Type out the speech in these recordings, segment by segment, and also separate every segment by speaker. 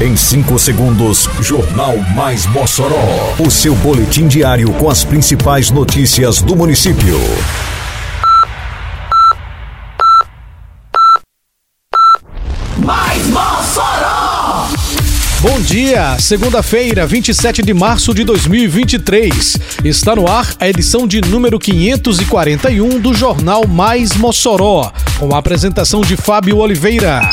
Speaker 1: Em 5 segundos, Jornal Mais Mossoró. O seu boletim diário com as principais notícias do município.
Speaker 2: Mais Mossoró!
Speaker 3: Bom dia, segunda-feira, 27 de março de 2023. Está no ar a edição de número 541 do Jornal Mais Mossoró, com a apresentação de Fábio Oliveira.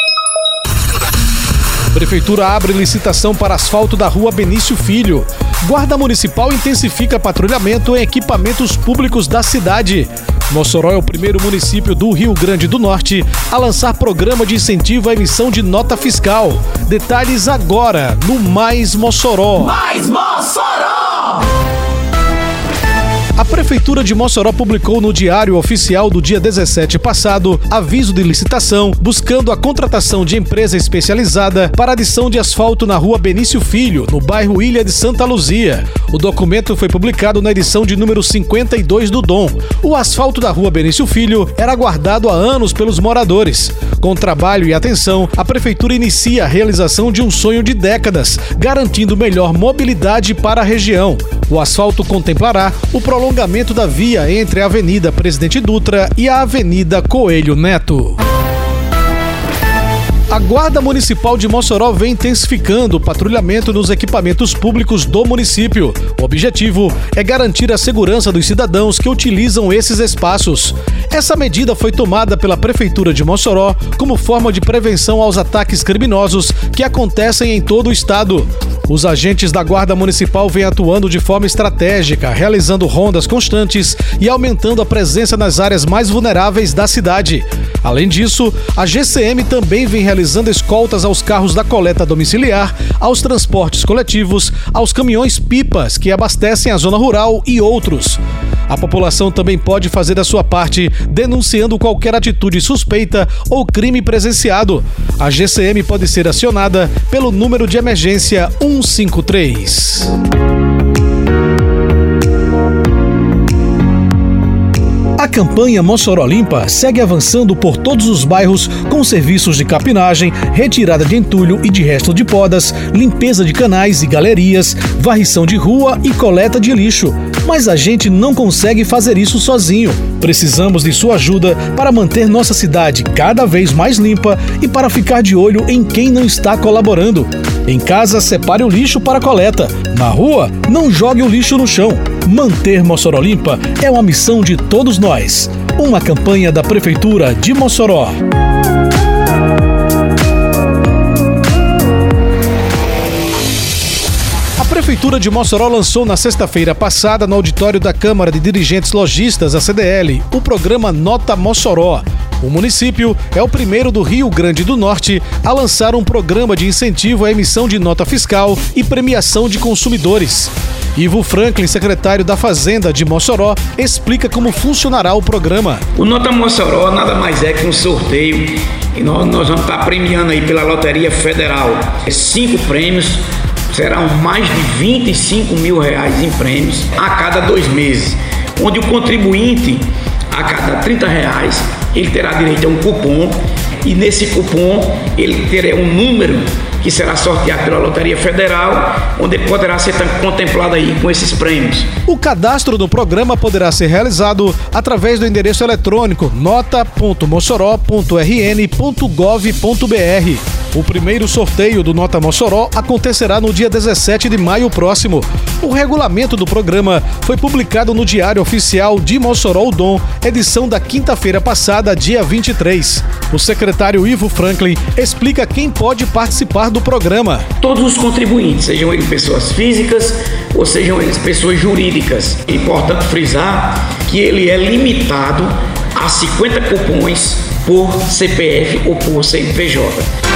Speaker 3: Prefeitura abre licitação para asfalto da rua Benício Filho. Guarda Municipal intensifica patrulhamento em equipamentos públicos da cidade. Mossoró é o primeiro município do Rio Grande do Norte a lançar programa de incentivo à emissão de nota fiscal. Detalhes agora no Mais Mossoró.
Speaker 2: Mais Mossoró!
Speaker 3: A Prefeitura de Mossoró publicou no Diário Oficial do dia 17 passado aviso de licitação buscando a contratação de empresa especializada para adição de asfalto na rua Benício Filho, no bairro Ilha de Santa Luzia. O documento foi publicado na edição de número 52 do DOM. O asfalto da rua Benício Filho era aguardado há anos pelos moradores. Com trabalho e atenção, a Prefeitura inicia a realização de um sonho de décadas, garantindo melhor mobilidade para a região. O asfalto contemplará o prolongamento da via entre a Avenida Presidente Dutra e a Avenida Coelho Neto. A Guarda Municipal de Mossoró vem intensificando o patrulhamento nos equipamentos públicos do município. O objetivo é garantir a segurança dos cidadãos que utilizam esses espaços. Essa medida foi tomada pela Prefeitura de Mossoró como forma de prevenção aos ataques criminosos que acontecem em todo o estado. Os agentes da Guarda Municipal vêm atuando de forma estratégica, realizando rondas constantes e aumentando a presença nas áreas mais vulneráveis da cidade. Além disso, a GCM também vem realizando escoltas aos carros da coleta domiciliar, aos transportes coletivos, aos caminhões-pipas que abastecem a zona rural e outros. A população também pode fazer a sua parte, denunciando qualquer atitude suspeita ou crime presenciado. A GCM pode ser acionada pelo número de emergência 153. A campanha Mossoró Limpa segue avançando por todos os bairros com serviços de capinagem, retirada de entulho e de resto de podas, limpeza de canais e galerias, varrição de rua e coleta de lixo. Mas a gente não consegue fazer isso sozinho. Precisamos de sua ajuda para manter nossa cidade cada vez mais limpa e para ficar de olho em quem não está colaborando. Em casa, separe o lixo para coleta. Na rua, não jogue o lixo no chão. Manter Mossoró limpa é uma missão de todos nós. Uma campanha da Prefeitura de Mossoró. A Prefeitura de Mossoró lançou na sexta-feira passada, no auditório da Câmara de Dirigentes Lojistas, a CDL, o programa Nota Mossoró. O município é o primeiro do Rio Grande do Norte a lançar um programa de incentivo à emissão de nota fiscal e premiação de consumidores. Ivo Franklin, secretário da Fazenda de Mossoró, explica como funcionará o programa.
Speaker 4: O Nota Mossoró nada mais é que um sorteio e nós vamos estar premiando aí pela Loteria Federal 5 prêmios. Serão mais de 25 mil reais em prêmios a cada 2 meses, onde o contribuinte, a cada 30 reais, ele terá direito a um cupom e nesse cupom ele terá um número que será sorteado pela Loteria Federal, onde ele poderá ser contemplado aí com esses prêmios.
Speaker 3: O cadastro do programa poderá ser realizado através do endereço eletrônico nota.mossoró.rn.gov.br. O primeiro sorteio do Nota Mossoró acontecerá no dia 17 de maio próximo. O regulamento do programa foi publicado no Diário Oficial de Mossoró, o DOM, edição da quinta-feira passada, dia 23. O secretário Ivo Franklin explica quem pode participar do programa.
Speaker 4: Todos os contribuintes, sejam eles pessoas físicas ou sejam eles pessoas jurídicas. É importante frisar que ele é limitado a 50 cupons por CPF ou por CNPJ.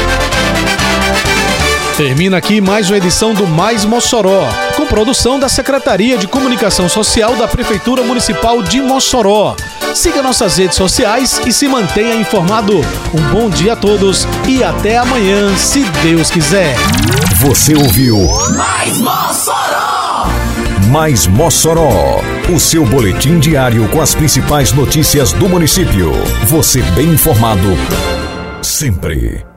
Speaker 3: Termina aqui mais uma edição do Mais Mossoró, com produção da Secretaria de Comunicação Social da Prefeitura Municipal de Mossoró. Siga nossas redes sociais e se mantenha informado. Um bom dia a todos e até amanhã, se Deus quiser.
Speaker 1: Você ouviu
Speaker 2: Mais Mossoró!
Speaker 1: Mais Mossoró, o seu boletim diário com as principais notícias do município. Você bem informado sempre.